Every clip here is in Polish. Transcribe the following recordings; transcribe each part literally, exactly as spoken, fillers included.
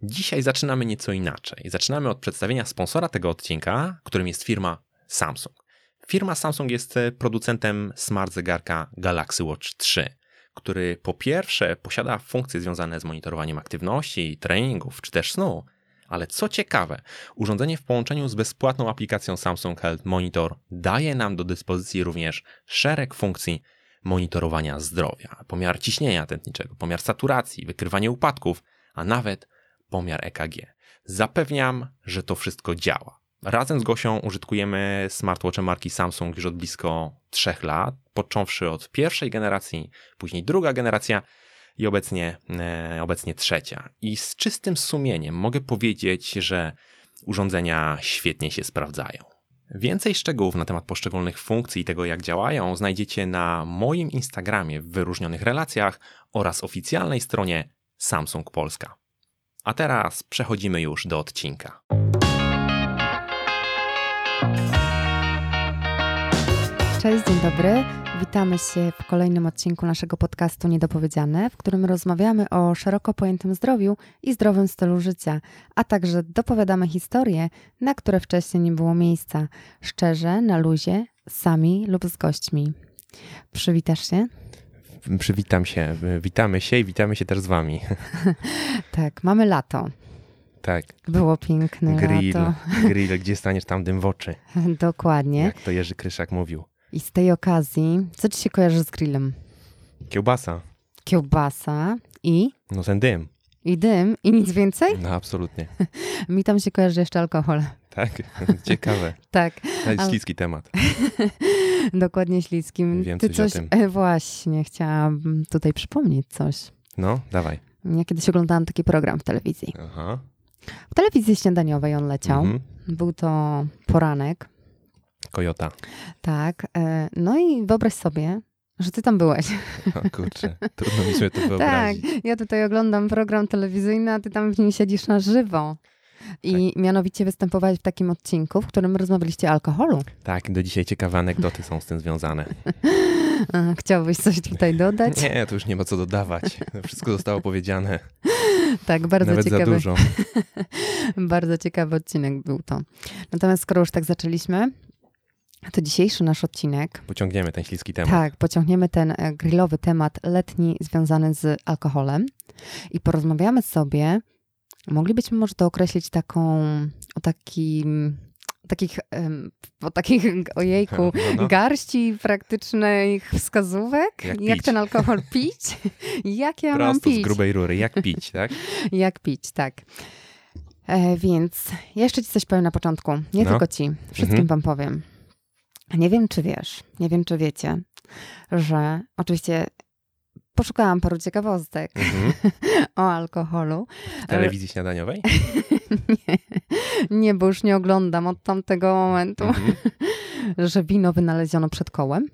Dzisiaj zaczynamy nieco inaczej. Zaczynamy od przedstawienia sponsora tego odcinka, którym jest firma Samsung. Firma Samsung jest producentem smart zegarka Galaxy Watch trzy, który po pierwsze posiada funkcje związane z monitorowaniem aktywności, treningów czy też snu, ale co ciekawe, urządzenie w połączeniu z bezpłatną aplikacją Samsung Health Monitor daje nam do dyspozycji również szereg funkcji monitorowania zdrowia, pomiar ciśnienia tętniczego, pomiar saturacji, wykrywanie upadków, a nawet pomiar E K G. Zapewniam, że to wszystko działa. Razem z Gosią użytkujemy smartwatche marki Samsung już od blisko trzech lat, począwszy od pierwszej generacji, później druga generacja i obecnie, e, obecnie trzecia. I z czystym sumieniem mogę powiedzieć, że urządzenia świetnie się sprawdzają. Więcej szczegółów na temat poszczególnych funkcji i tego, jak działają, znajdziecie na moim Instagramie w wyróżnionych relacjach oraz oficjalnej stronie Samsung Polska. A teraz przechodzimy już do odcinka. Cześć, dzień dobry. Witamy się w kolejnym odcinku naszego podcastu Niedopowiedziane, w którym rozmawiamy o szeroko pojętym zdrowiu i zdrowym stylu życia, a także dopowiadamy historie, na które wcześniej nie było miejsca. Szczerze, na luzie, sami lub z gośćmi. Przywitasz się? Przywitam się. Witamy się i witamy się też z wami. Tak, mamy lato. Tak. Było piękne grill, lato. Grill, gdzie staniesz, tam dym w oczy. Dokładnie. Jak to Jerzy Kryszak mówił. I z tej okazji, co ci się kojarzy z grillem? Kiełbasa. Kiełbasa i? No ten dym. I dym i nic więcej? No absolutnie. Mi tam się kojarzy jeszcze alkohol. Tak? Ciekawe. Tak. To jest Ale... śliski temat. Dokładnie śliskim. Wiem Ty coś, coś o tym. E, właśnie, chciałam tutaj przypomnieć coś. No, dawaj. Ja kiedyś oglądałam taki program w telewizji. Aha. W telewizji śniadaniowej on leciał. Mhm. Był to poranek. Kojota. Tak. E, no i wyobraź sobie, że ty tam byłeś. O kurczę, trudno mi sobie to Tak, wyobrazić. ja tutaj oglądam program telewizyjny, a ty tam w nim siedzisz na żywo. I tak. Mianowicie występowałeś w takim odcinku, w którym rozmawialiście o alkoholu. Tak, do dzisiaj ciekawe anegdoty są z tym związane. A, chciałbyś coś tutaj dodać? Nie, to już nie ma co dodawać. Wszystko zostało powiedziane. Tak, bardzo Nawet ciekawy. za dużo. Bardzo ciekawy odcinek był to. Natomiast skoro już tak zaczęliśmy, to dzisiejszy nasz odcinek... Pociągniemy ten śliski temat. Tak, pociągniemy ten grillowy temat letni związany z alkoholem i porozmawiamy sobie, moglibyśmy może to określić taką, o takim, o takich, o takich, ojejku, no, no. garści praktycznych wskazówek, jak, jak pić. ten alkohol pić, jak ja Prosto mam pić. z grubej rury, jak pić, tak? Jak pić, tak. E, więc ja jeszcze ci coś powiem na początku, nie no. tylko ci, wszystkim mhm. wam powiem. Nie wiem, czy wiesz, nie wiem, czy wiecie, że oczywiście poszukałam paru ciekawostek mhm. o alkoholu. W telewizji śniadaniowej? nie, nie, bo już nie oglądam od tamtego momentu, mhm. że wino wynaleziono przed kołem.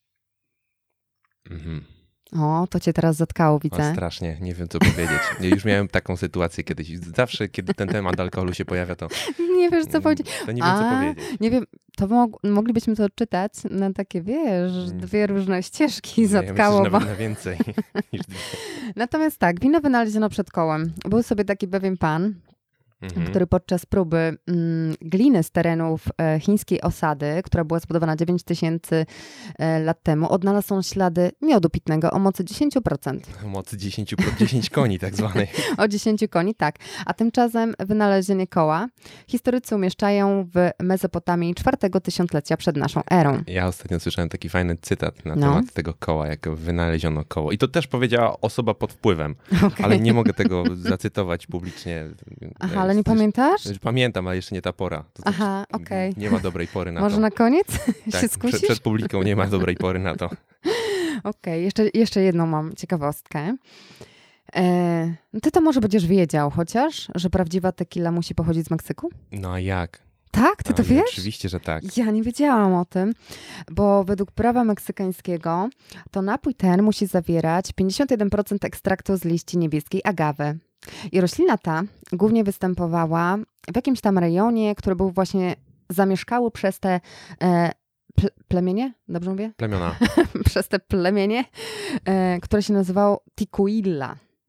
Mhm. O, to cię teraz zatkało, widzę. O, strasznie, nie wiem co powiedzieć. Ja już miałem taką sytuację kiedyś. Zawsze, kiedy ten temat alkoholu się pojawia, to... Nie wiesz, co powiedzieć. To nie wiem, A, co powiedzieć. Nie wiem, to mog- moglibyśmy to odczytać na takie, wiesz, dwie różne ścieżki zatkało. Ja myślę, że bo... nawet na więcej niż dwie. Natomiast tak, wino wynaleziono przed kołem. Był sobie taki pewien pan, Mhm. który podczas próby mm, gliny z terenów e, chińskiej osady, która była zbudowana dziewięć tysięcy e, lat temu, odnalazł on ślady miodu pitnego o mocy dziesięć procent. O mocy dziesięć, dziesięć koni tak zwanej. O dziesięć koni, tak. A tymczasem wynalezienie koła historycy umieszczają w Mezopotamii czwartego tysiąclecia przed naszą erą. Ja ostatnio słyszałem taki fajny cytat na No. temat tego koła, jak wynaleziono koło. I to też powiedziała osoba pod wpływem, Okay. ale nie mogę tego zacytować publicznie. Aha, ale nie pamiętasz? Pamiętam, ale jeszcze nie ta pora. To znaczy, Aha, okej. Nie ma dobrej pory na Może to. na koniec Tak, się skusisz? przed, przed publiką nie ma dobrej pory na to. Okej, okay. jeszcze, jeszcze jedną mam ciekawostkę. E, ty to może będziesz wiedział chociaż, że prawdziwa tequila musi pochodzić z Meksyku? No a jak? Tak? Ty No, to wiesz? Oczywiście, że tak. Ja nie wiedziałam o tym, bo według prawa meksykańskiego to napój ten musi zawierać pięćdziesiąt jeden procent ekstraktu z liści niebieskiej agawy. I roślina ta głównie występowała w jakimś tam rejonie, który był właśnie zamieszkały przez te e, ple, plemienie, dobrze mówię? Plemiona. przez te plemienie, e, które się nazywało Ticuilla.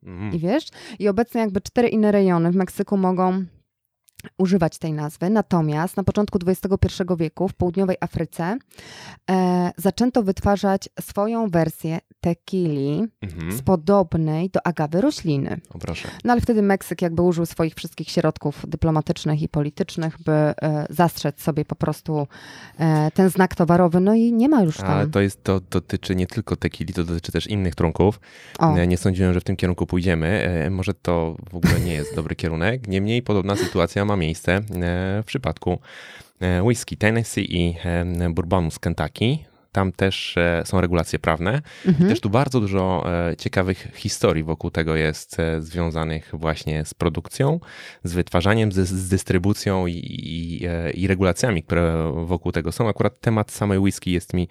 Mm. I wiesz? I obecnie jakby cztery inne rejony w Meksyku mogą używać tej nazwy. Natomiast na początku dwudziestego pierwszego wieku w południowej Afryce e, zaczęto wytwarzać swoją wersję tequili mhm. z podobnej do agawy rośliny. O, proszę. No ale wtedy Meksyk jakby użył swoich wszystkich środków dyplomatycznych i politycznych, by e, zastrzec sobie po prostu e, ten znak towarowy. No i nie ma już tam. Ale to, jest, to dotyczy nie tylko tequili, to dotyczy też innych trunków. O. Nie sądziłem, że w tym kierunku pójdziemy. E, może to w ogóle nie jest dobry kierunek. Niemniej podobna sytuacja ma miejsce w przypadku whisky Tennessee i bourbonu z Kentucky. Tam też są regulacje prawne. Mhm. I też tu bardzo dużo ciekawych historii wokół tego jest związanych właśnie z produkcją, z wytwarzaniem, z, z dystrybucją i, i, i regulacjami, które wokół tego są. Akurat temat samej whisky jest mi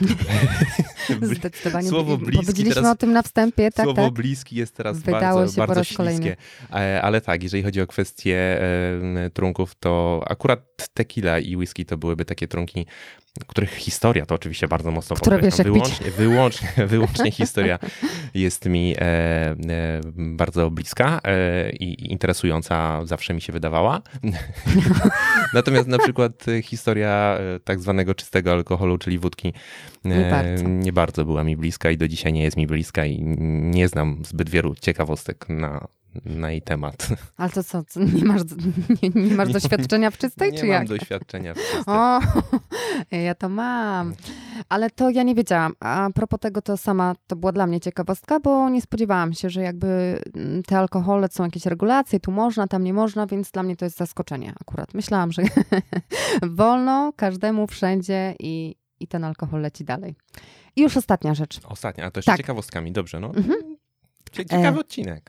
zdecydowanie słowo bliski. Powiedzieliśmy teraz, o tym na wstępie. Tak, słowo tak? bliski jest teraz Wydało bardzo, się bardzo po raz śliskie. Kolejny. Ale tak, jeżeli chodzi o kwestie trunków, to akurat tequila i whisky to byłyby takie trunki, których historia to oczywiście bardzo mocno Które wiesz, jak wyłącznie, pić. wyłącznie, wyłącznie historia jest mi e, e, bardzo bliska e, i interesująca zawsze mi się wydawała. Natomiast na przykład historia tak zwanego czystego alkoholu, czyli wódki, e, nie, bardzo. nie bardzo była mi bliska i do dzisiaj nie jest mi bliska i nie znam zbyt wielu ciekawostek na na jej temat. Ale to co, co nie masz, nie, nie masz doświadczenia w czystej, nie czy jak? jak? Nie mam doświadczenia w czystej. O, ja to mam. Ale to ja nie wiedziałam. A propos tego, to sama, to była dla mnie ciekawostka, bo nie spodziewałam się, że jakby te alkohole są jakieś regulacje, tu można, tam nie można, więc dla mnie to jest zaskoczenie akurat. Myślałam, że wolno każdemu wszędzie i, i ten alkohol leci dalej. I już ostatnia rzecz. Ostatnia, a to jeszcze tak. ciekawostkami, dobrze, no. Mhm. Ciekawy e... odcinek.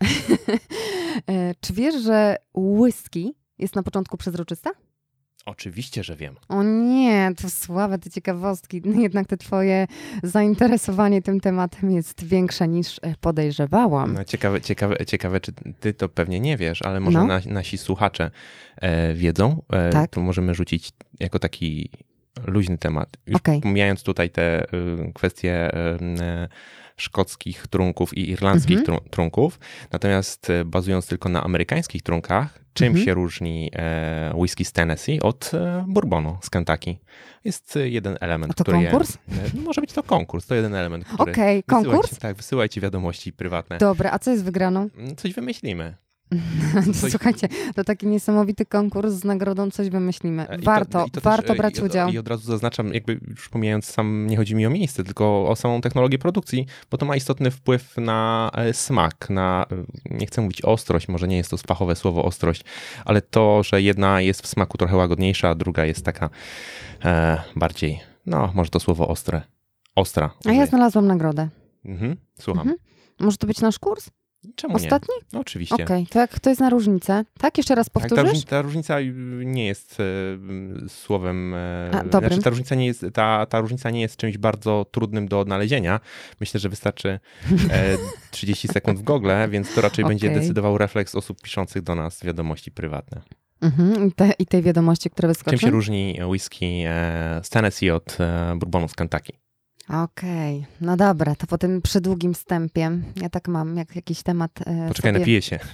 e, czy wiesz, że whisky jest na początku przezroczysta? Oczywiście, że wiem. O nie, to słabe te ciekawostki. Jednak te twoje zainteresowanie tym tematem jest większe niż podejrzewałam. No, ciekawe, ciekawe, ciekawe, czy ty to pewnie nie wiesz, ale może no. na, nasi słuchacze e, wiedzą. E, tak. To możemy rzucić jako taki luźny temat. Już okay. pomijając tutaj te y, kwestie y, szkockich trunków i irlandzkich mhm. tru, trunków, natomiast y, bazując tylko na amerykańskich trunkach, czym mhm. się różni e, whisky z Tennessee od e, bourbonu z Kentucky? Jest jeden element, A to który konkurs? Je, może być to konkurs, to jeden element, który... Okej, okay, konkurs? Tak, wysyłajcie wiadomości prywatne. Dobra, a co jest wygraną? Coś wymyślimy. Coś... Słuchajcie, to taki niesamowity konkurs z nagrodą coś wymyślimy. Warto, I to, i to warto też, brać i, udział. I od razu zaznaczam, jakby już pomijając sam, nie chodzi mi o miejsce, tylko o samą technologię produkcji, bo to ma istotny wpływ na smak, na, nie chcę mówić ostrość, może nie jest to fachowe słowo ostrość, ale to, że jedna jest w smaku trochę łagodniejsza, a druga jest taka e, bardziej, no może to słowo ostre, ostra. A ja znalazłam nagrodę. Mhm, słucham. Mhm. Może to być nasz kurs? Czemu Ostatni? nie? No, oczywiście. Okej, okay. To jak to jest na różnicę? Tak? Jeszcze raz powtórzysz? Tak, ta, różnica, ta różnica nie jest e, słowem... E, A, dobrym. Znaczy, ta, różnica nie jest, ta, ta różnica nie jest czymś bardzo trudnym do odnalezienia. Myślę, że wystarczy e, trzydzieści sekund w Google, więc to raczej okay. będzie decydował refleks osób piszących do nas wiadomości prywatne. Mhm. I, te, I tej wiadomości, które wyskoczą? Czym się różni whisky e, z Tennessee od e, bourbonu z Kentucky? Okej, okay. No dobra, to po tym przydługim wstępie, ja tak mam, jak jakiś temat... E, Poczekaj, sobie... napiję się.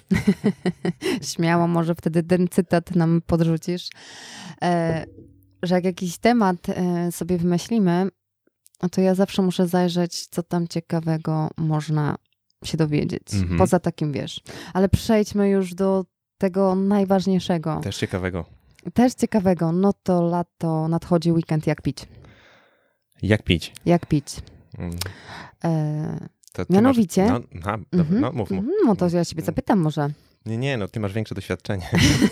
Śmiało, może wtedy ten cytat nam podrzucisz, e, że jak jakiś temat e, sobie wymyślimy, to ja zawsze muszę zajrzeć, co tam ciekawego można się dowiedzieć. Mm-hmm. Poza takim, wiesz. Ale przejdźmy już do tego najważniejszego. Też ciekawego. Też ciekawego. No to lato, nadchodzi weekend, jak pić. Jak pić? Jak pić. Mm. E, to mianowicie... Masz, no, no, dobra, mm-hmm, no mów, mów. No to ja siebie zapytam może. Nie, nie, no ty masz większe doświadczenie.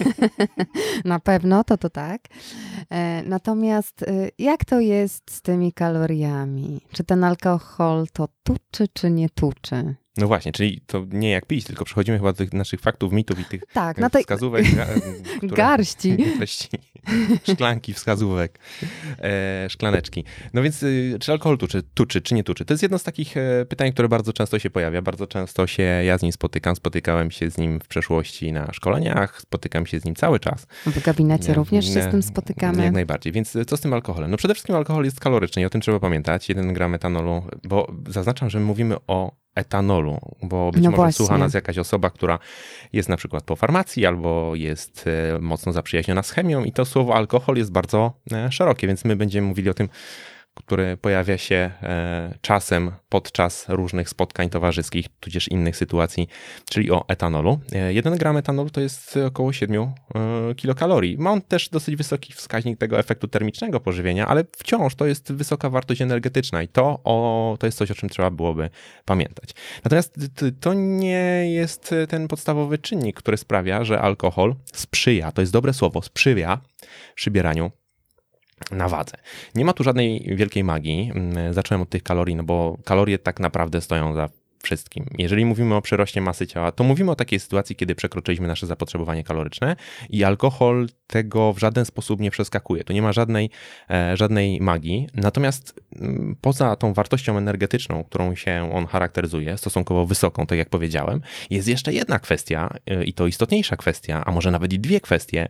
Na pewno, to to tak. E, natomiast e, jak to jest z tymi kaloriami? Czy ten alkohol to tuczy, czy nie tuczy? No właśnie, czyli to nie jak pić, tylko przechodzimy chyba do tych naszych faktów, mitów i tych tak, na tej... wskazówek. Które... Garści. Treści, szklanki wskazówek, e, szklaneczki. No więc y, czy alkohol tuczy, tuczy, czy nie tuczy? To jest jedno z takich e, pytań, które bardzo często się pojawia. Bardzo często się ja z nim spotykam. Spotykałem się z nim w przeszłości na szkoleniach. Spotykam się z nim cały czas. W gabinecie nie, również się nie, z tym spotykamy. Jak najbardziej. Więc co z tym alkoholem? No przede wszystkim alkohol jest kaloryczny i o tym trzeba pamiętać. Jeden gram etanolu, bo zaznaczam, że my mówimy o etanolu, bo być No może właśnie. słucha nas jakaś osoba, która jest na przykład po farmacji albo jest mocno zaprzyjaźniona z chemią i to słowo alkohol jest bardzo szerokie, więc my będziemy mówili o tym, który pojawia się czasem podczas różnych spotkań towarzyskich, tudzież innych sytuacji, czyli o etanolu. Jeden gram etanolu to jest około siedem kilokalorii. Ma on też dosyć wysoki wskaźnik tego efektu termicznego pożywienia, ale wciąż to jest wysoka wartość energetyczna i to, o, to jest coś, o czym trzeba byłoby pamiętać. Natomiast to nie jest ten podstawowy czynnik, który sprawia, że alkohol sprzyja, to jest dobre słowo, sprzyja przybieraniu na wadze. Nie ma tu żadnej wielkiej magii. Zacząłem od tych kalorii, no bo kalorie tak naprawdę stoją za wszystkim. Jeżeli mówimy o przyroście masy ciała, to mówimy o takiej sytuacji, kiedy przekroczyliśmy nasze zapotrzebowanie kaloryczne i alkohol tego w żaden sposób nie przeskakuje. Tu nie ma żadnej, e, żadnej magii. Natomiast m, poza tą wartością energetyczną, którą się on charakteryzuje, stosunkowo wysoką, tak jak powiedziałem, jest jeszcze jedna kwestia e, i to istotniejsza kwestia, a może nawet i dwie kwestie,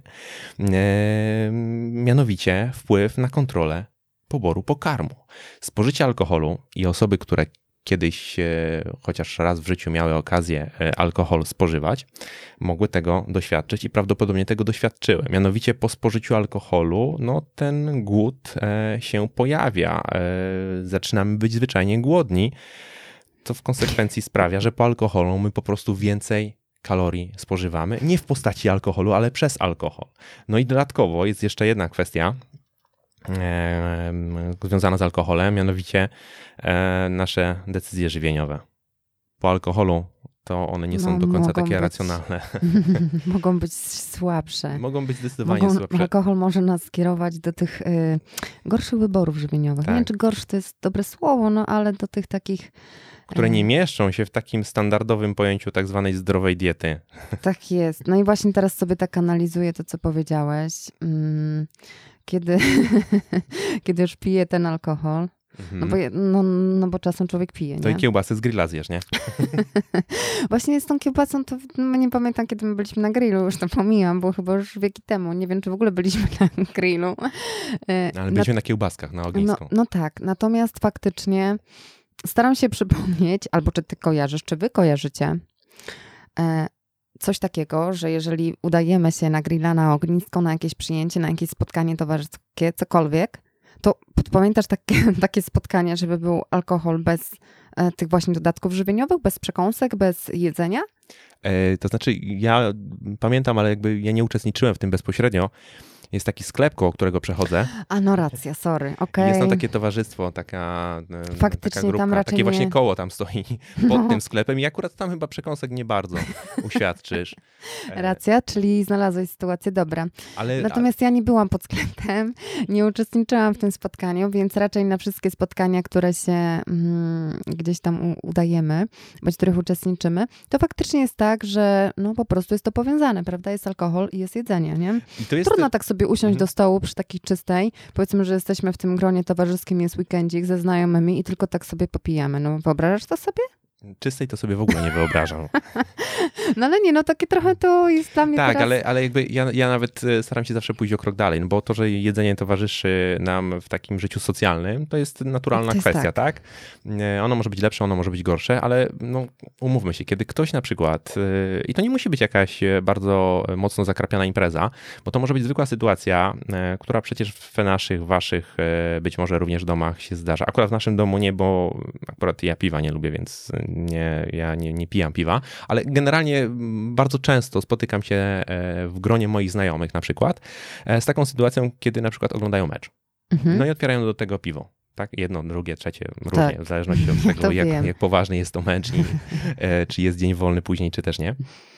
e, mianowicie wpływ na kontrolę poboru pokarmu. Spożycie alkoholu i osoby, które kiedyś chociaż raz w życiu miały okazję alkohol spożywać, mogły tego doświadczyć i prawdopodobnie tego doświadczyły. Mianowicie po spożyciu alkoholu no, ten głód się pojawia. Zaczynamy być zwyczajnie głodni, co w konsekwencji sprawia, że po alkoholu my po prostu więcej kalorii spożywamy. Nie w postaci alkoholu, ale przez alkohol. No i dodatkowo jest jeszcze jedna kwestia, związana z alkoholem, mianowicie nasze decyzje żywieniowe. Po alkoholu to one nie są no, do końca takie być, racjonalne. Mogą być słabsze. Mogą być zdecydowanie Mogą, słabsze. Alkohol może nas skierować do tych y, gorszych wyborów żywieniowych. Tak. Nie wiem, czy gorszy to jest dobre słowo, no ale do tych takich... Które nie mieszczą się w takim standardowym pojęciu tak zwanej zdrowej diety. Tak jest. No i właśnie teraz sobie tak analizuję to, co powiedziałeś. Hmm. Kiedy, kiedy już pije ten alkohol, mhm. no, bo, no, no bo czasem człowiek pije, to nie? i kiełbasy z grilla zjesz, nie? Właśnie z tą kiełbasą to no, nie pamiętam, kiedy my byliśmy na grillu, już to pomijam, było chyba już wieki temu. Nie wiem, czy w ogóle byliśmy na grillu. No, ale byliśmy na, na kiełbaskach, na ognisku. No, no tak, natomiast faktycznie staram się przypomnieć, albo czy ty kojarzysz, czy wy kojarzycie, e, coś takiego, że jeżeli udajemy się na grilla, na ognisko, na jakieś przyjęcie, na jakieś spotkanie towarzyskie, cokolwiek, to pamiętasz takie, takie spotkania, żeby był alkohol bez e, tych właśnie dodatków żywieniowych, bez przekąsek, bez jedzenia? E, to znaczy ja pamiętam, ale jakby ja nie uczestniczyłem w tym bezpośrednio. Jest taki sklep, koło którego przechodzę. A no racja, sorry, okej. Okay. Jest tam takie towarzystwo, taka, Faktycznie taka grupka, tam raczej takie właśnie nie... koło tam stoi pod no. tym sklepem i akurat tam chyba przekąsek nie bardzo uświadczysz. Racja, czyli znalazłeś sytuację, dobra. Ale, Natomiast ja nie byłam pod sklepem, nie uczestniczyłam w tym spotkaniu, więc raczej na wszystkie spotkania, które się mm, gdzieś tam u, udajemy, bądź w których uczestniczymy, to faktycznie jest tak, że no po prostu jest to powiązane, prawda? Jest alkohol i jest jedzenie, nie? I to jest Trudno te... tak sobie usiąść mhm. do stołu przy takiej czystej, powiedzmy, że jesteśmy w tym gronie towarzyskim, jest weekendzik ze znajomymi i tylko tak sobie popijamy. No wyobrażasz to sobie? Czystej to sobie w ogóle nie wyobrażam. No ale nie, no takie trochę to jest dla mnie Tak, teraz... ale, ale jakby ja, ja nawet staram się zawsze pójść o krok dalej, no bo to, że jedzenie towarzyszy nam w takim życiu socjalnym, to jest naturalna to jest kwestia, tak. tak? Ono może być lepsze, ono może być gorsze, ale no, umówmy się, kiedy ktoś na przykład, i to nie musi być jakaś bardzo mocno zakrapiana impreza, bo to może być zwykła sytuacja, która przecież w naszych, waszych, być może również domach się zdarza. Akurat w naszym domu nie, bo akurat ja piwa nie lubię, więc nie, ja nie, nie pijam piwa, ale generalnie bardzo często spotykam się w gronie moich znajomych na przykład z taką sytuacją, kiedy na przykład oglądają mecz. Mhm. No i otwierają do tego piwo. Tak? Jedno, drugie, trzecie, różnie, tak. W zależności od tego, jak, jak poważny jest to mecz i czy jest dzień wolny później, czy też nie.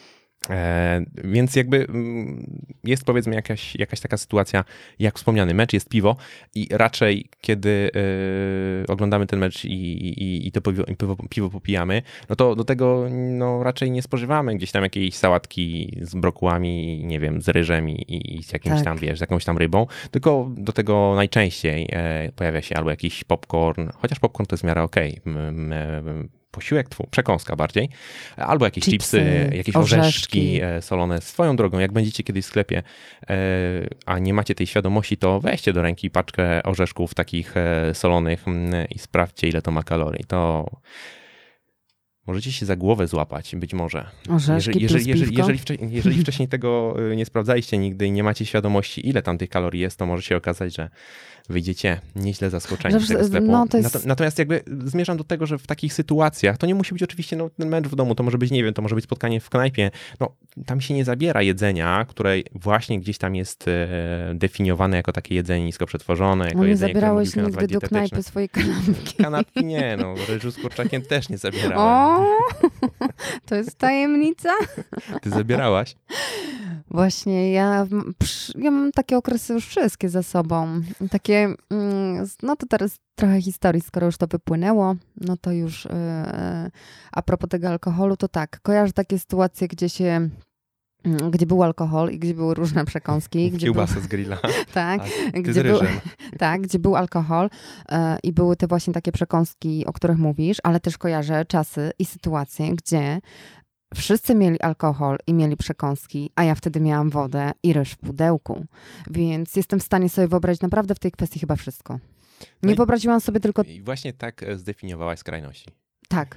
E, więc jakby jest powiedzmy jakaś, jakaś taka sytuacja, jak wspomniany mecz, jest piwo i raczej kiedy e, oglądamy ten mecz i, i, i to piwo, piwo, piwo popijamy, no to do tego no, raczej nie spożywamy gdzieś tam jakiejś sałatki z brokułami, nie wiem, z ryżem i, i z jakimś tak. tam, wiesz, z jakąś tam rybą, tylko do tego najczęściej e, pojawia się albo jakiś popcorn, chociaż popcorn to jest w miarę okej, okay. Posiłek, tfu, przekąska bardziej, albo jakieś chipsy, chipsy jakieś orzeszki. orzeszki solone. Swoją drogą, jak będziecie kiedyś w sklepie, a nie macie tej świadomości, to weźcie do ręki paczkę orzeszków takich solonych i sprawdźcie, ile to ma kalorii. To możecie się za głowę złapać, być może. Orzeszki jeżeli, jeżeli, plus jeżeli, jeżeli, jeżeli wcześniej tego nie sprawdzaliście nigdy i nie macie świadomości, ile tam tych kalorii jest, to może się okazać, że wyjdziecie nieźle zaskoczeni z tego sklepu. No, jest... Natomiast jakby zmierzam do tego, że w takich sytuacjach, to nie musi być oczywiście no, ten mecz w domu, to może być, nie wiem, to może być spotkanie w knajpie. No, tam się nie zabiera jedzenia, które właśnie gdzieś tam jest e, definiowane jako takie jedzenie nisko przetworzone. Jako no nie jedzenie, zabierałeś nigdy do knajpy swojej kanapki. Kanapki nie, no ryżu z kurczakiem też nie zabierałem. O, to jest tajemnica? Ty zabierałaś? Właśnie, ja, ja mam takie okresy już wszystkie za sobą. Takie, no to teraz trochę historii, skoro już to wypłynęło, no to już yy, a propos tego alkoholu, to tak, kojarzę takie sytuacje, gdzie się gdzie był alkohol i gdzie były różne przekąski. Kiełbasa był, z grilla. Tak, gdzie z był, tak, gdzie był alkohol yy, i były te właśnie takie przekąski, o których mówisz, ale też kojarzę czasy i sytuacje, gdzie wszyscy mieli alkohol i mieli przekąski, a ja wtedy miałam wodę i ryż w pudełku. Więc jestem w stanie sobie wyobrazić naprawdę w tej kwestii chyba wszystko. Nie no wyobraziłam sobie tylko... I właśnie tak zdefiniowałaś skrajności. Tak.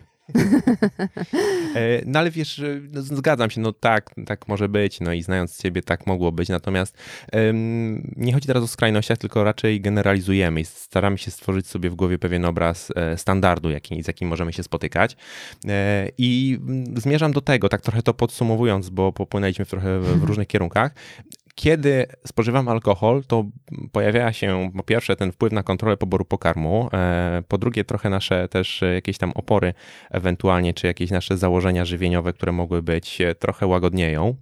No ale wiesz, no, zgadzam się, no tak, tak może być, no i znając ciebie tak mogło być, natomiast um, nie chodzi teraz o skrajnościach, tylko raczej generalizujemy i staramy się stworzyć sobie w głowie pewien obraz e, standardu, jaki, z jakim możemy się spotykać e, i zmierzam do tego, tak trochę to podsumowując, bo popłynęliśmy trochę w, w różnych kierunkach. Kiedy spożywam alkohol, to pojawia się po pierwsze ten wpływ na kontrolę poboru pokarmu, po drugie trochę nasze też jakieś tam opory ewentualnie, czy jakieś nasze założenia żywieniowe, które mogły być, trochę łagodnieją.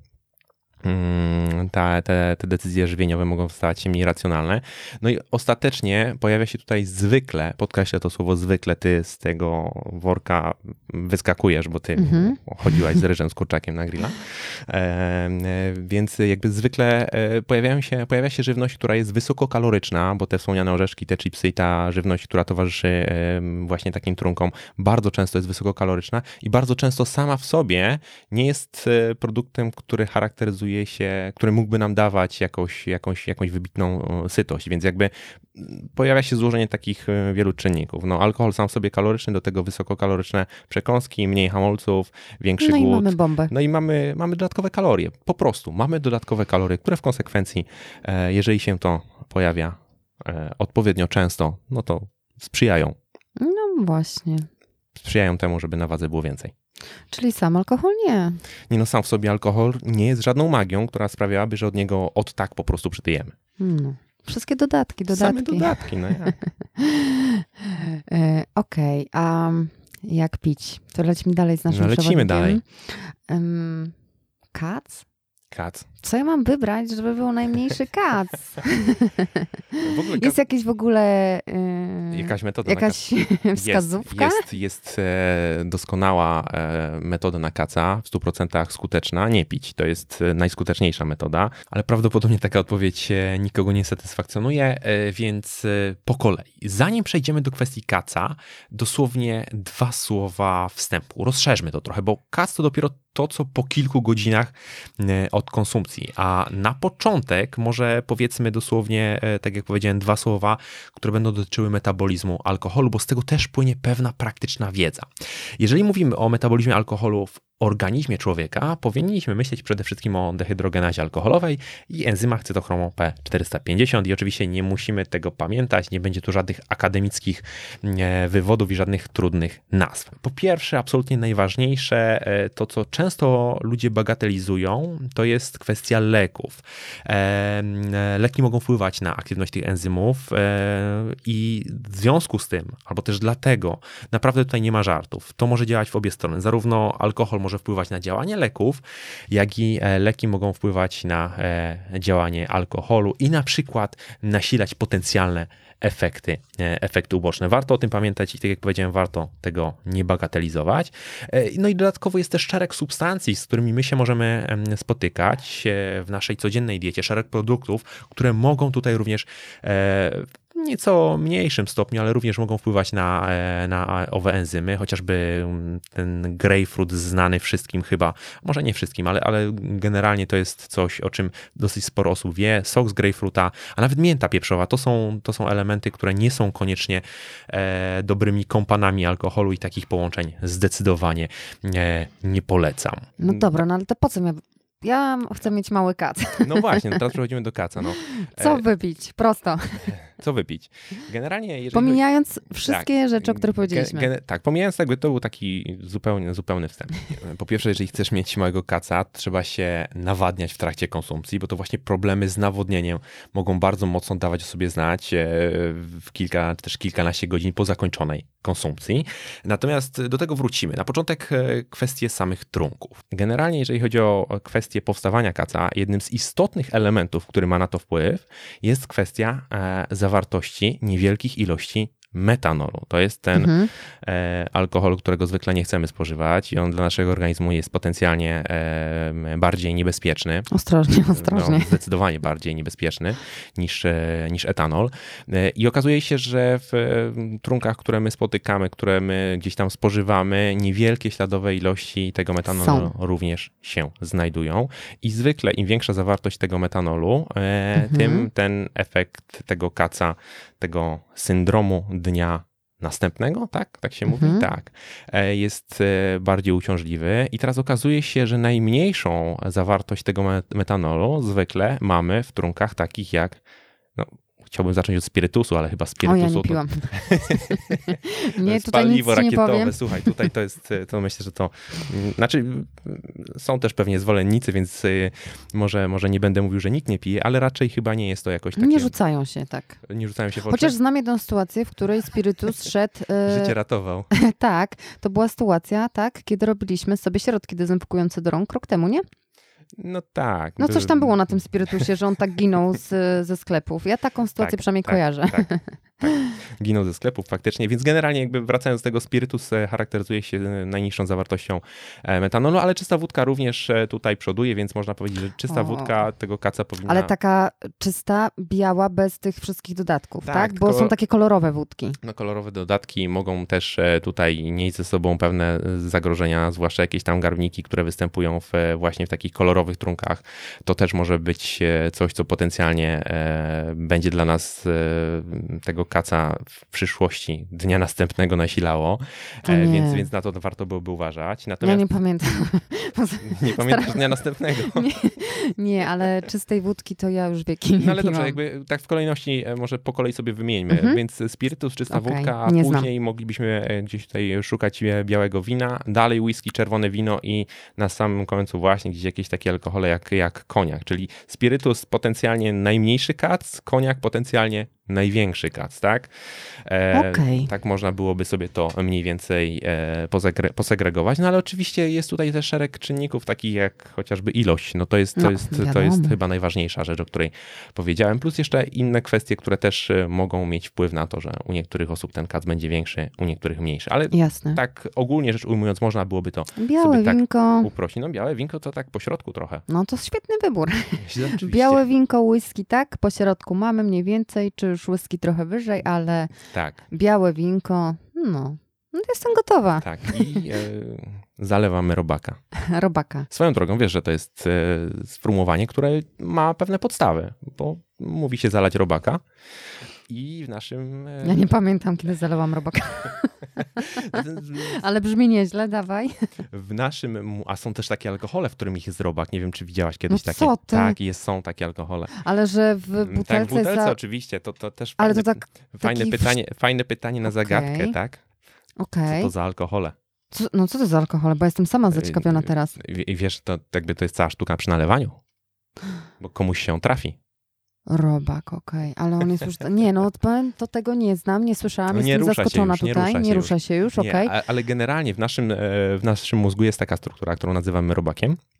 Ta, te, te decyzje żywieniowe mogą stać się mniej racjonalne. No i ostatecznie pojawia się tutaj zwykle, podkreślę to słowo zwykle, ty z tego worka wyskakujesz, bo ty mm-hmm. chodziłaś z ryżem z kurczakiem na grilla. E, więc jakby zwykle pojawiają się, pojawia się żywność, która jest wysokokaloryczna, bo te wspomniane orzeszki, te chipsy i ta żywność, która towarzyszy właśnie takim trunkom, bardzo często jest wysokokaloryczna i bardzo często sama w sobie nie jest produktem, który charakteryzuje się, który mógłby nam dawać jakąś, jakąś, jakąś wybitną sytość, więc jakby pojawia się złożenie takich wielu czynników. No, alkohol sam w sobie kaloryczny, do tego wysokokaloryczne przekąski, mniej hamulców, większy no głód. No i mamy bombę. No i mamy, mamy dodatkowe kalorie. Po prostu mamy dodatkowe kalorie, które w konsekwencji, jeżeli się to pojawia odpowiednio często, no to sprzyjają. No właśnie. Sprzyjają temu, żeby na wadze było więcej. Czyli sam alkohol nie. Nie no, sam w sobie alkohol nie jest żadną magią, która sprawiałaby, że od niego od tak po prostu przytyjemy. No. Wszystkie dodatki, dodatki. Same dodatki, no ja. e, Okej, okay. A jak pić? To lecimy dalej z naszym no, lecimy dalej. Um, kac? Kac. Co ja mam wybrać, żeby był najmniejszy kac? W ogóle kac... Jest jakieś w ogóle yy, jakaś metoda jakaś na wskazówka? Jest, jest, jest e, doskonała e, metoda na kaca, w stu procentach skuteczna. Nie pić, to jest e, najskuteczniejsza metoda, ale prawdopodobnie taka odpowiedź e, nikogo nie satysfakcjonuje, e, więc e, po kolei. Zanim przejdziemy do kwestii kaca, dosłownie dwa słowa wstępu. Rozszerzmy to trochę, bo kac to dopiero to, co po kilku godzinach e, od konsumpcji. A na początek może powiedzmy dosłownie, tak jak powiedziałem, dwa słowa, które będą dotyczyły metabolizmu alkoholu, bo z tego też płynie pewna praktyczna wiedza. Jeżeli mówimy o metabolizmie alkoholu w organizmie człowieka, powinniśmy myśleć przede wszystkim o dehydrogenazie alkoholowej i enzymach cytochromu P czterysta pięćdziesiąt i oczywiście nie musimy tego pamiętać, nie będzie tu żadnych akademickich wywodów i żadnych trudnych nazw. Po pierwsze, absolutnie najważniejsze, to co często ludzie bagatelizują, to jest kwestia leków. Leki mogą wpływać na aktywność tych enzymów i w związku z tym, albo też dlatego, naprawdę tutaj nie ma żartów. To może działać w obie strony. Zarówno alkohol może wpływać na działanie leków, jak i leki mogą wpływać na działanie alkoholu i na przykład nasilać potencjalne efekty, efekty uboczne. Warto o tym pamiętać i tak jak powiedziałem, warto tego nie bagatelizować. No i dodatkowo jest też szereg substancji, z którymi my się możemy spotykać w naszej codziennej diecie, szereg produktów, które mogą tutaj również nieco mniejszym stopniu, ale również mogą wpływać na, na owe enzymy, chociażby ten grapefruit znany wszystkim chyba, może nie wszystkim, ale, ale generalnie to jest coś, o czym dosyć sporo osób wie. Sok z grapefruita, a nawet mięta pieprzowa, to są, to są elementy, które nie są koniecznie e, dobrymi kompanami alkoholu i takich połączeń zdecydowanie e, nie polecam. No dobra, no ale to po co ja... Ja chcę mieć mały kac. No właśnie, no teraz przechodzimy do kaca. No. Co wypić? Prosto. Co wypić? Generalnie, jeżeli... Pomijając wszystkie tak, rzeczy, o których powiedzieliśmy. Gen, gen, tak, pomijając jakby to był taki zupełnie, zupełny wstęp. Po pierwsze, jeżeli chcesz mieć małego kaca, trzeba się nawadniać w trakcie konsumpcji, bo to właśnie problemy z nawodnieniem mogą bardzo mocno dawać o sobie znać w kilka, czy też kilkanaście godzin po zakończonej konsumpcji. Natomiast do tego wrócimy. Na początek kwestie samych trunków. Generalnie, jeżeli chodzi o kwestię powstawania kaca, jednym z istotnych elementów, który ma na to wpływ, jest kwestia e, zawartości niewielkich ilości metanolu. To jest ten mhm. e, alkohol, którego zwykle nie chcemy spożywać i on dla naszego organizmu jest potencjalnie e, bardziej niebezpieczny. Ostrożnie, ostrożnie. No, zdecydowanie bardziej niebezpieczny niż, e, niż etanol. E, I okazuje się, że w e, trunkach, które my spotykamy, które my gdzieś tam spożywamy, niewielkie śladowe ilości tego metanolu Są. również się znajdują. I zwykle im większa zawartość tego metanolu, e, mhm. tym ten efekt tego kaca, tego syndromu dnia następnego, tak? Tak się mhm. mówi? Tak. Jest bardziej uciążliwy i teraz okazuje się, że najmniejszą zawartość tego metanolu zwykle mamy w trunkach takich jak, no, chciałbym zacząć od spirytusu, ale chyba spirytusu... O, ja nie piłam. To, nie, jest tutaj paliwo nic rakietowe. Nie powiem. Słuchaj, tutaj to jest, to myślę, że to... Znaczy, są też pewnie zwolennicy, więc może, może nie będę mówił, że nikt nie pije, ale raczej chyba nie jest to jakoś takie... Nie rzucają się, tak. Nie rzucają się w oczy. Chociaż znam jedną sytuację, w której spirytus szedł... Życie ratował. Tak, to była sytuacja, tak, kiedy robiliśmy sobie środki dezynfekujące do rąk rok temu, nie? No tak. No coś tam było na tym spirytusie, że on tak ginął z, ze sklepów. Ja taką sytuację tak, przynajmniej tak, kojarzę. Tak, tak. Ginął ze sklepów faktycznie, więc generalnie jakby wracając do tego, spirytus charakteryzuje się najniższą zawartością metanolu, ale czysta wódka również tutaj przoduje, więc można powiedzieć, że czysta o. wódka tego kaca powinna... Ale taka czysta, biała, bez tych wszystkich dodatków, tak? tak? Bo tylko... są takie kolorowe wódki. No kolorowe dodatki mogą też tutaj nieść ze sobą pewne zagrożenia, zwłaszcza jakieś tam garniki, które występują w, właśnie w takich kolorowych trunkach. To też może być coś, co potencjalnie będzie dla nas tego kaca w przyszłości dnia następnego nasilało, e, więc, więc na to warto byłoby uważać. Natomiast... Ja nie pamiętam. Nie pamiętasz Staram... dnia następnego? Nie, nie, ale czystej wódki to ja już wieki nie No ale piłam. dobrze, jakby tak w kolejności może po kolei sobie wymieńmy. Mhm. Więc spirytus, czysta okay. wódka, a nie później znam. moglibyśmy gdzieś tutaj szukać białego wina, dalej whisky, czerwone wino i na samym końcu właśnie gdzieś jakieś takie alkohole jak, jak koniak, czyli spirytus potencjalnie najmniejszy kac, koniak potencjalnie największy kac, tak? E, okay. Tak można byłoby sobie to mniej więcej e, posegre- posegregować, no ale oczywiście jest tutaj też szereg czynników takich jak chociażby ilość, no to jest, to, no, jest, to jest chyba najważniejsza rzecz, o której powiedziałem, plus jeszcze inne kwestie, które też mogą mieć wpływ na to, że u niektórych osób ten kac będzie większy, u niektórych mniejszy, ale Jasne. tak ogólnie rzecz ujmując, można byłoby to białe sobie winko. tak uprościć. No białe winko to tak po środku trochę. No to świetny wybór. Białe winko, whisky, tak? Po środku mamy mniej więcej, czy już whisky trochę wyżej, ale tak. Białe winko, no, no to jestem gotowa. Tak, i e, zalewamy robaka. Robaka. Swoją drogą, wiesz, że to jest e, sformułowanie, które ma pewne podstawy, bo mówi się zalać robaka i w naszym... E... Ja nie pamiętam, kiedy zalewam robaka. Ale brzmi nieźle, dawaj. W naszym, a są też takie alkohole, w których jest robak. Nie wiem, czy widziałaś kiedyś no takie. Co ty? Tak, jest, są takie alkohole. Ale że w butelce... Tak, w butelce za... oczywiście. To, to też Ale fajne, to tak, fajne, taki... pytanie, fajne pytanie na okay. zagadkę, tak? Okay. Co to za alkohole? Co, no co to za alkohole? Bo jestem sama zaciekawiona teraz. I, i wiesz, to jakby to jest cała sztuka przy nalewaniu. Bo komuś się trafi. Robak, okej, okay. Ale on jest już... Nie, no to tego nie znam, nie słyszałam, no nie jestem zaskoczona już, nie tutaj, rusza nie się rusza się już, okej. Okay. Ale generalnie w naszym, w naszym mózgu jest taka struktura, którą nazywamy robakiem. Mhm.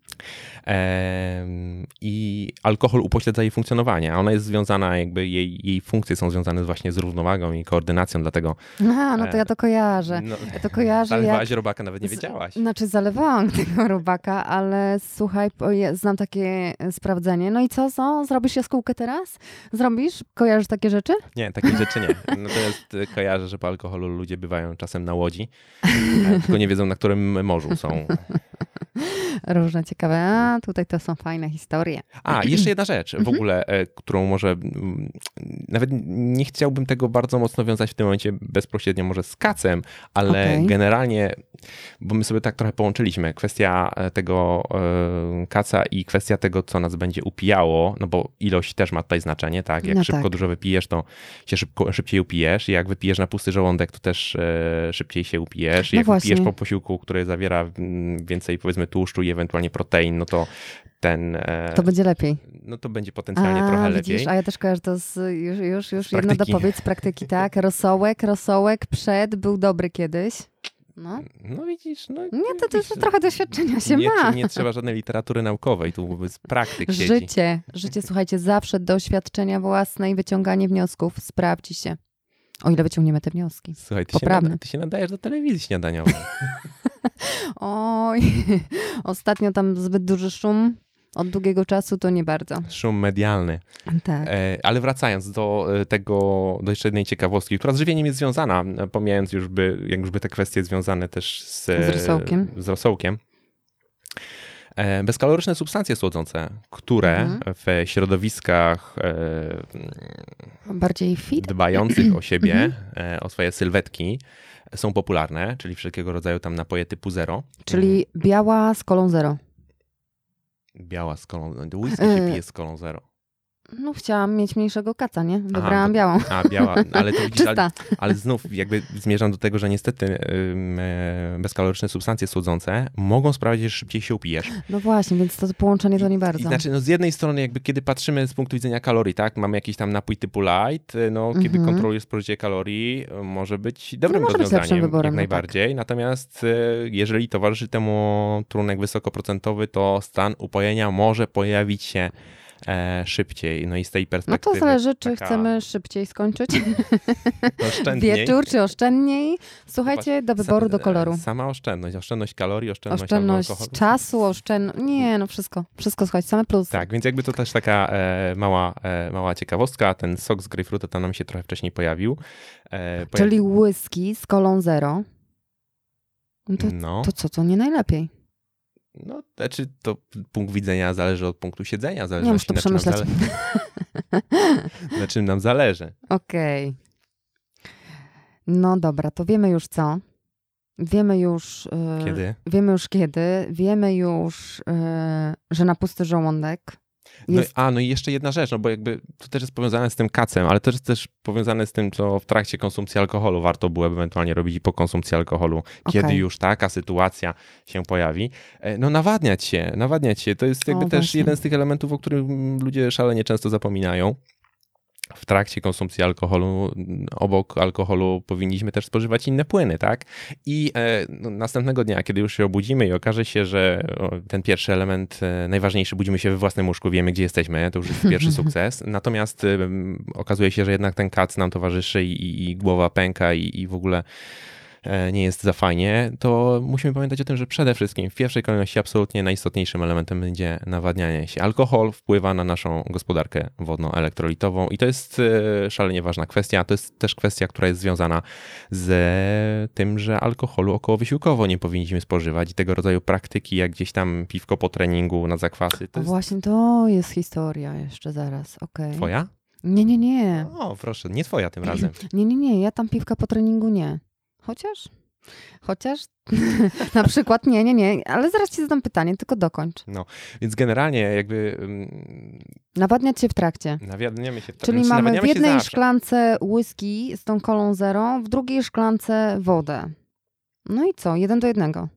I alkohol upośledza jej funkcjonowanie, a ona jest związana, jakby jej, jej funkcje są związane właśnie z równowagą i koordynacją, dlatego... Aha, no to ja to kojarzę. No, ja to kojarzę zalewałaś jak... robaka, nawet nie wiedziałaś. Z... Znaczy zalewałam tego robaka, ale słuchaj, znam takie sprawdzenie. No i co, co? Zrobisz jaskółkę teraz? Zrobisz? Kojarzysz takie rzeczy? Nie, takich rzeczy nie. Natomiast kojarzę, że po alkoholu ludzie bywają czasem na łodzi, tylko nie wiedzą, na którym morzu są. Różne ciekawe. A, tutaj to są fajne historie. A, jeszcze jedna rzecz w ogóle, którą może, nawet nie chciałbym tego bardzo mocno wiązać w tym momencie bezpośrednio może z kacem, ale okay. generalnie, bo my sobie tak trochę połączyliśmy, kwestia tego kaca i kwestia tego, co nas będzie upijało, no bo ilość też ma tutaj znaczenie, tak? Jak no szybko tak. dużo wypijesz, to się szybko, szybciej upijesz. Jak wypijesz na pusty żołądek, to też szybciej się upijesz. No jak właśnie. wypijesz po posiłku, który zawiera więcej, powiedzmy, tłuszczu i ewentualnie protein, no to ten... To będzie lepiej. No to będzie potencjalnie a, trochę widzisz, lepiej. A ja też kojarzę to z, już, już, już jedna dopowiedź z praktyki, tak? Rosołek, rosołek przed był dobry kiedyś. No, no widzisz, no... Nie, to, to, to trochę doświadczenia się nie, ma. Nie trzeba żadnej literatury naukowej, tu z praktyk siedzi. Życie, życie, słuchajcie, zawsze doświadczenia własne i wyciąganie wniosków sprawdzi się. O ile wyciągniemy te wnioski. Słuchaj, ty, się, nada, ty się nadajesz do telewizji śniadaniowej. Oj, ostatnio tam zbyt duży szum. Od długiego czasu to nie bardzo. Szum medialny. Tak. E, ale wracając do tego, do jeszcze jednej ciekawostki, która z żywieniem jest związana, pomijając już by, jak już by te kwestie związane też z, z rosołkiem. Z rosołkiem. E, bezkaloryczne substancje słodzące, które mhm. w środowiskach e, bardziej fit? dbających o siebie, e, o swoje sylwetki, są popularne, czyli wszelkiego rodzaju tam napoje typu zero. Czyli biała z kolą zero. Biała z kolą, whisky się pije z kolą zero. No chciałam mieć mniejszego kaca, nie? Wybrałam to, białą. A, biała, ale to widzisz, ale, ale znów jakby zmierzam do tego, że niestety yy, bezkaloryczne substancje słodzące mogą sprawić, że szybciej się upijesz. No właśnie, więc to połączenie to nie I, bardzo. I znaczy, no z jednej strony jakby kiedy patrzymy z punktu widzenia kalorii, tak, mamy jakiś tam napój typu light, no kiedy mm-hmm. kontrolujesz spożycie kalorii, może być dobrym no, może rozwiązaniem, być wyborem, jak no najbardziej. Tak. Natomiast yy, jeżeli towarzyszy temu trunek wysokoprocentowy, to stan upojenia może pojawić się E, szybciej. No i z tej perspektywy... No to zależy, czy taka... chcemy szybciej skończyć oszczędniej. wieczór, czy oszczędniej. Słuchajcie, do wyboru, do koloru. Sama oszczędność. Oszczędność kalorii, oszczędność, oszczędność alkoholu. czasu, oszczędność... Nie, no wszystko. Wszystko, słuchajcie, same plusy. Tak, więc jakby to też taka e, mała, e, mała ciekawostka. Ten sok z grejpfruta tam nam się trochę wcześniej pojawił. E, pojawi... Czyli whisky z kolą zero. No to, no. to co, to nie najlepiej. No, znaczy to punkt widzenia zależy od punktu siedzenia. Nie muszę to na przemyśleć. Czym zale... na czym nam zależy. Okej. Okay. No dobra, to wiemy już co. Wiemy już... Yy, kiedy? Wiemy już kiedy. Wiemy już, yy, że na pusty żołądek jest... No, a, no i jeszcze jedna rzecz, no bo jakby to też jest powiązane z tym kacem, ale to jest też powiązane z tym, co w trakcie konsumpcji alkoholu warto było ewentualnie robić i po konsumpcji alkoholu, kiedy okay. już taka sytuacja się pojawi. No nawadniać się, nawadniać się. To jest jakby o, też właśnie. jeden z tych elementów, o którym ludzie szalenie często zapominają. W trakcie konsumpcji alkoholu, obok alkoholu powinniśmy też spożywać inne płyny, tak? I e, no, następnego dnia, kiedy już się obudzimy i okaże się, że o, ten pierwszy element e, najważniejszy, budzimy się we własnym łóżku, wiemy gdzie jesteśmy, to już jest pierwszy sukces. Natomiast e, okazuje się, że jednak ten kac nam towarzyszy i, i, i głowa pęka i, i w ogóle nie jest za fajnie, to musimy pamiętać o tym, że przede wszystkim w pierwszej kolejności absolutnie najistotniejszym elementem będzie nawadnianie się. Alkohol wpływa na naszą gospodarkę wodno-elektrolitową i to jest szalenie ważna kwestia. To jest też kwestia, która jest związana z tym, że alkoholu okołowysiłkowo nie powinniśmy spożywać i tego rodzaju praktyki, jak gdzieś tam piwko po treningu na zakwasy. To jest... Właśnie to jest historia jeszcze zaraz, okej. Okay. Twoja? Nie, nie, nie. O, proszę, nie twoja tym razem. Nie, nie, nie, ja tam piwka po treningu nie. Chociaż? Chociaż? Na przykład nie, nie, nie, ale zaraz ci zadam pytanie, tylko dokończ. No, więc generalnie jakby... Um, nawadniać się w trakcie. Nawadniamy się w trakcie. Czyli znaczy, mamy w jednej szklance whisky z tą kolą zero, w drugiej szklance wodę. No i co? Jeden do jednego.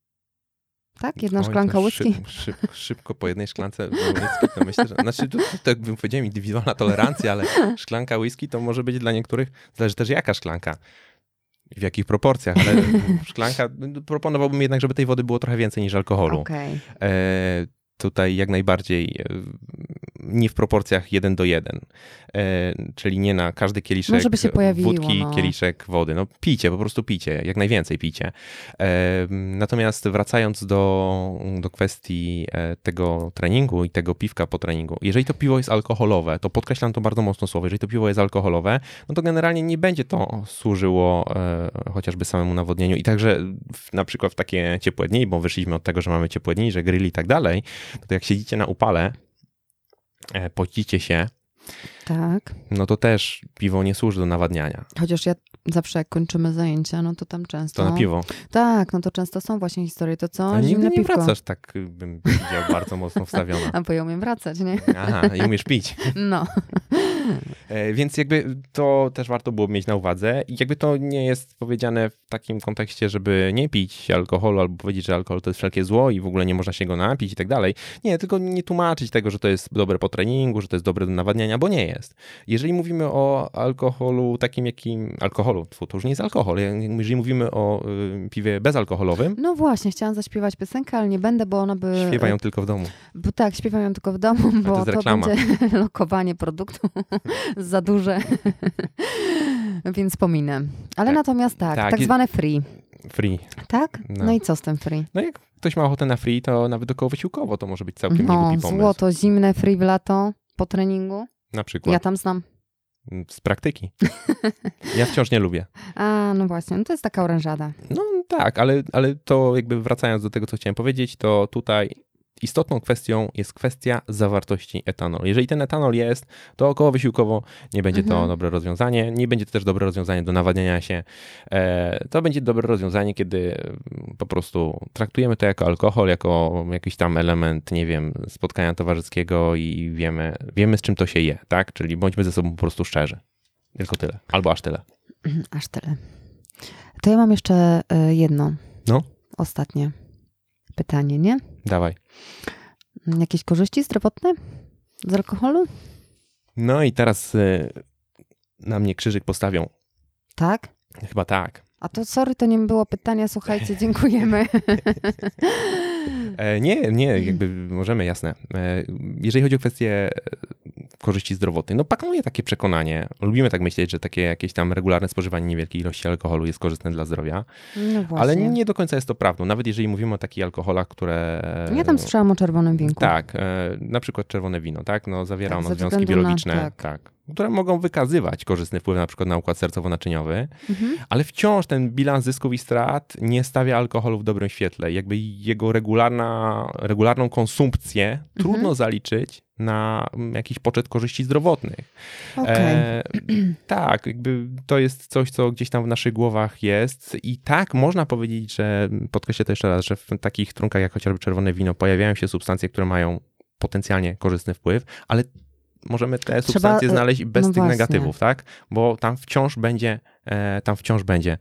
Tak? Jedna Oj, szklanka whisky? Szyb, szyb, szybko po jednej szklance whisky, to myślę, że... Znaczy, to, to, to jak bym powiedział, indywidualna tolerancja, ale szklanka whisky to może być dla niektórych, zależy też jaka szklanka. w jakich proporcjach, ale szklanka, proponowałbym jednak, żeby tej wody było trochę więcej niż alkoholu. Okay. E, tutaj jak najbardziej nie w proporcjach jeden do jeden, e, czyli nie na każdy kieliszek no, żeby się pojawiło, wódki, no. kieliszek wody. No picie, po prostu picie, jak najwięcej picie. E, natomiast wracając do, do kwestii tego treningu i tego piwka po treningu, jeżeli to piwo jest alkoholowe, to podkreślam to bardzo mocno słowo, jeżeli to piwo jest alkoholowe, no to generalnie nie będzie to służyło e, chociażby samemu nawodnieniu i także w, na przykład w takie ciepłe dni, bo wyszliśmy od tego, że mamy ciepłe dni, że grill i tak dalej, to jak siedzicie na upale, e, pocicie się, tak. no to też piwo nie służy do nawadniania. Chociaż ja zawsze jak kończymy zajęcia, no to tam często... To na piwo. Tak, no to często są właśnie historie, to co? Ale nigdy Zimne nie piwko. wracasz, tak bym powiedział, bardzo mocno wstawiona. A bo ja umiem wracać, nie? Aha, i umiesz pić. No. E, więc jakby to też warto było mieć na uwadze i jakby to nie jest powiedziane w takim kontekście, żeby nie pić alkoholu albo powiedzieć, że alkohol to jest wszelkie zło i w ogóle nie można się go napić i tak dalej. Nie, tylko nie tłumaczyć tego, że to jest dobre po treningu, że to jest dobre do nawadniania, bo nie jest. Jeżeli mówimy o alkoholu takim jakim... Alkoholu, to już nie jest alkohol. Jeżeli mówimy o y, piwie bezalkoholowym... No właśnie, chciałam zaśpiewać piosenkę, ale nie będę, bo ona by... Śpiewają tylko w domu. Bo tak, śpiewają tylko w domu, bo to, to będzie lokowanie produktu za duże. Więc pominę. Ale tak. Natomiast tak, tak, tak zwane free. Free. Tak? No. no i co z tym free? No jak ktoś ma ochotę na free, to nawet około wysiłkowo to może być całkiem no, niegłupi pomysł. Złoto, zimne free w lato po treningu. Na przykład. Ja tam znam. Z praktyki. Ja wciąż nie lubię. A, no właśnie, no to jest taka orężada. No tak, ale, ale to jakby wracając do tego, co chciałem powiedzieć, to tutaj istotną kwestią jest kwestia zawartości etanolu. Jeżeli ten etanol jest, to około wysiłkowo nie będzie mhm. to dobre rozwiązanie. Nie będzie to też dobre rozwiązanie do nawadniania się. E, to będzie dobre rozwiązanie, kiedy po prostu traktujemy to jako alkohol, jako jakiś tam element, nie wiem, spotkania towarzyskiego i wiemy, wiemy z czym to się je, tak? Czyli bądźmy ze sobą po prostu szczerzy. Tylko tyle. Albo aż tyle. Aż tyle. To ja mam jeszcze jedno. No? Ostatnie pytanie, nie? Dawaj. Jakieś korzyści zdrowotne z alkoholu? No i teraz y, na mnie krzyżyk postawią. Tak? Chyba tak. A to sorry, to nie było pytania, słuchajcie, dziękujemy. e, nie, nie, jakby możemy, jasne. E, jeżeli chodzi o kwestię korzyści zdrowotnej, no panuje takie przekonanie. Lubimy tak myśleć, że takie jakieś tam regularne spożywanie niewielkiej ilości alkoholu jest korzystne dla zdrowia. No właśnie. Ale nie do końca jest to prawdą. Nawet jeżeli mówimy o takich alkoholach, które... Ja tam słyszałam o czerwonym winku. Tak, e, na przykład czerwone wino, tak? No zawiera tak, ono związki biologiczne, na, tak. tak, które mogą wykazywać korzystny wpływ na przykład na układ sercowo-naczyniowy, mhm. ale wciąż ten bilans zysków i strat nie stawia alkoholu w dobrym świetle. Jakby jego regularna, regularną konsumpcję mhm. trudno zaliczyć na jakiś poczet korzyści zdrowotnych. Okay. E, tak, jakby to jest coś, co gdzieś tam w naszych głowach jest i tak można powiedzieć, że, podkreślę to jeszcze raz, że w takich trunkach jak chociażby czerwone wino pojawiają się substancje, które mają potencjalnie korzystny wpływ, ale możemy te substancje Trzeba, znaleźć bez no tych właśnie. negatywów, tak? Bo tam wciąż będzie, e, tam wciąż będzie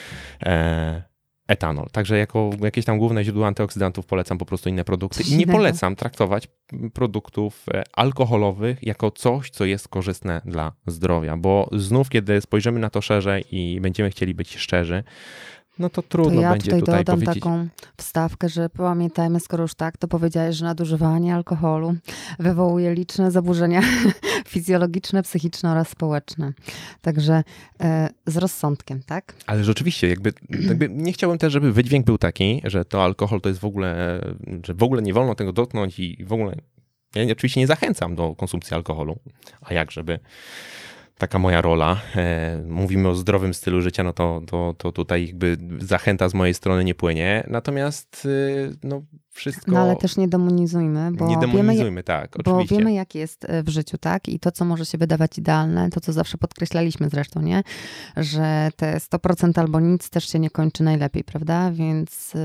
e, etanol. Także jako jakieś tam główne źródło antyoksydantów polecam po prostu inne produkty. I nie polecam traktować produktów alkoholowych jako coś, co jest korzystne dla zdrowia, bo znów, kiedy spojrzymy na to szerzej i będziemy chcieli być szczerzy, no to trudno to ja będzie tutaj, tutaj dodam powiedzieć. taką wstawkę, że pamiętajmy, skoro już tak, to powiedziałeś, że nadużywanie alkoholu wywołuje liczne zaburzenia fizjologiczne, psychiczne oraz społeczne. Także e, z rozsądkiem, tak? Ale rzeczywiście, jakby, jakby nie chciałbym też, żeby wydźwięk był taki, że to alkohol to jest w ogóle, że w ogóle nie wolno tego dotknąć i w ogóle, ja oczywiście nie zachęcam do konsumpcji alkoholu, a jak, żeby taka moja rola. E, mówimy o zdrowym stylu życia, no to, to, to tutaj jakby zachęta z mojej strony nie płynie. Natomiast y, no wszystko... No ale też nie demonizujmy, bo nie demonizujmy, wiemy, tak, bo oczywiście. wiemy, jak jest w życiu, tak? I to, co może się wydawać idealne, to, co zawsze podkreślaliśmy zresztą, nie? Że te sto procent albo nic też się nie kończy najlepiej, prawda? Więc...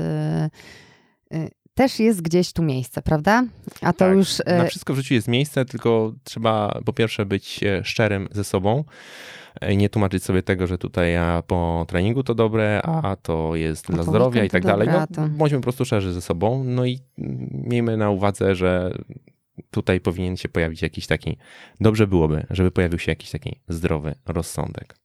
Y, y, też jest gdzieś tu miejsce, prawda? A to tak, już... Na wszystko w życiu jest miejsce, tylko trzeba po pierwsze być szczerym ze sobą i nie tłumaczyć sobie tego, że tutaj ja po treningu to dobre, a to jest a dla to zdrowia i tak dalej. No, to... Bądźmy po prostu szczerzy ze sobą, no i miejmy na uwadze, że tutaj powinien się pojawić jakiś taki, dobrze byłoby, żeby pojawił się jakiś taki zdrowy rozsądek.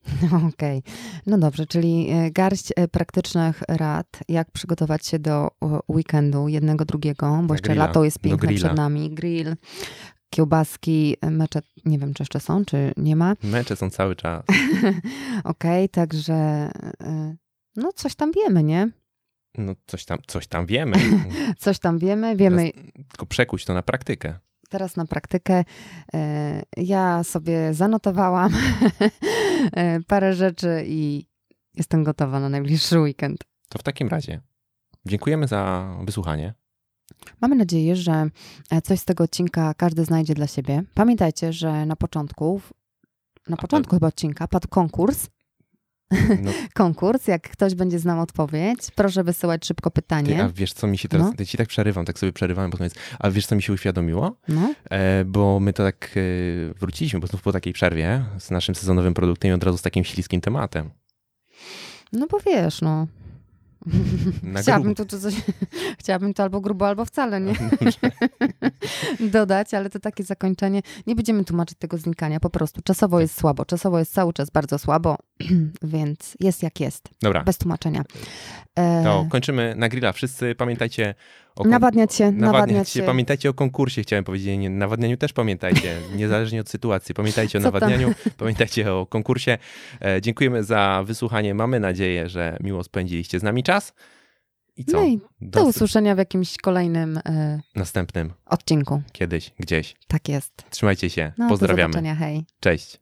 Okej, okay. No dobrze, czyli garść praktycznych rad, jak przygotować się do weekendu jednego, drugiego, bo Na jeszcze grilla, lato jest do piękne grilla. przed nami, grill, kiełbaski, mecze, nie wiem czy jeszcze są, czy nie ma. Mecze są cały czas. Okej, okay, także no coś tam wiemy, nie? No coś tam, coś tam wiemy. Coś tam wiemy, wiemy. Teraz tylko przekuć to na praktykę. Teraz na praktykę. Ja sobie zanotowałam parę rzeczy i jestem gotowa na najbliższy weekend. To w takim razie dziękujemy za wysłuchanie. Mamy nadzieję, że coś z tego odcinka każdy znajdzie dla siebie. Pamiętajcie, że na początku, na początku to... chyba odcinka padł konkurs. No. Konkurs, jak ktoś będzie znał odpowiedź, proszę wysyłać szybko pytanie. Ty, a wiesz, co mi się teraz, no. ci tak przerywam, tak sobie przerywałem pod koniec, a wiesz, co mi się uświadomiło? No. E, bo my to tak e, wróciliśmy, bo znów po takiej przerwie z naszym sezonowym produktem i od razu z takim śliskim tematem. No bo wiesz, no. Na Chciałabym tu coś, chciałabym to albo grubo, albo wcale, nie? Dodać, ale to takie zakończenie. Nie będziemy tłumaczyć tego znikania, po prostu czasowo jest słabo, czasowo jest cały czas bardzo słabo, więc jest jak jest. Dobra. Bez tłumaczenia. E... To kończymy na grilla. Wszyscy pamiętajcie o kon... nawadniać się, nawadniać, nawadniać się. się. Pamiętajcie o konkursie, chciałem powiedzieć. Nie, nawadnianiu też pamiętajcie, niezależnie od sytuacji. Pamiętajcie o Co nawadnianiu, tam? pamiętajcie o konkursie. E, dziękujemy za wysłuchanie. Mamy nadzieję, że miło spędziliście z nami czas. I co? No i do, do usłyszenia w jakimś kolejnym e... następnym odcinku. Kiedyś, gdzieś. Tak jest. Trzymajcie się. No, Pozdrawiamy. Do zobaczenia, hej. Cześć.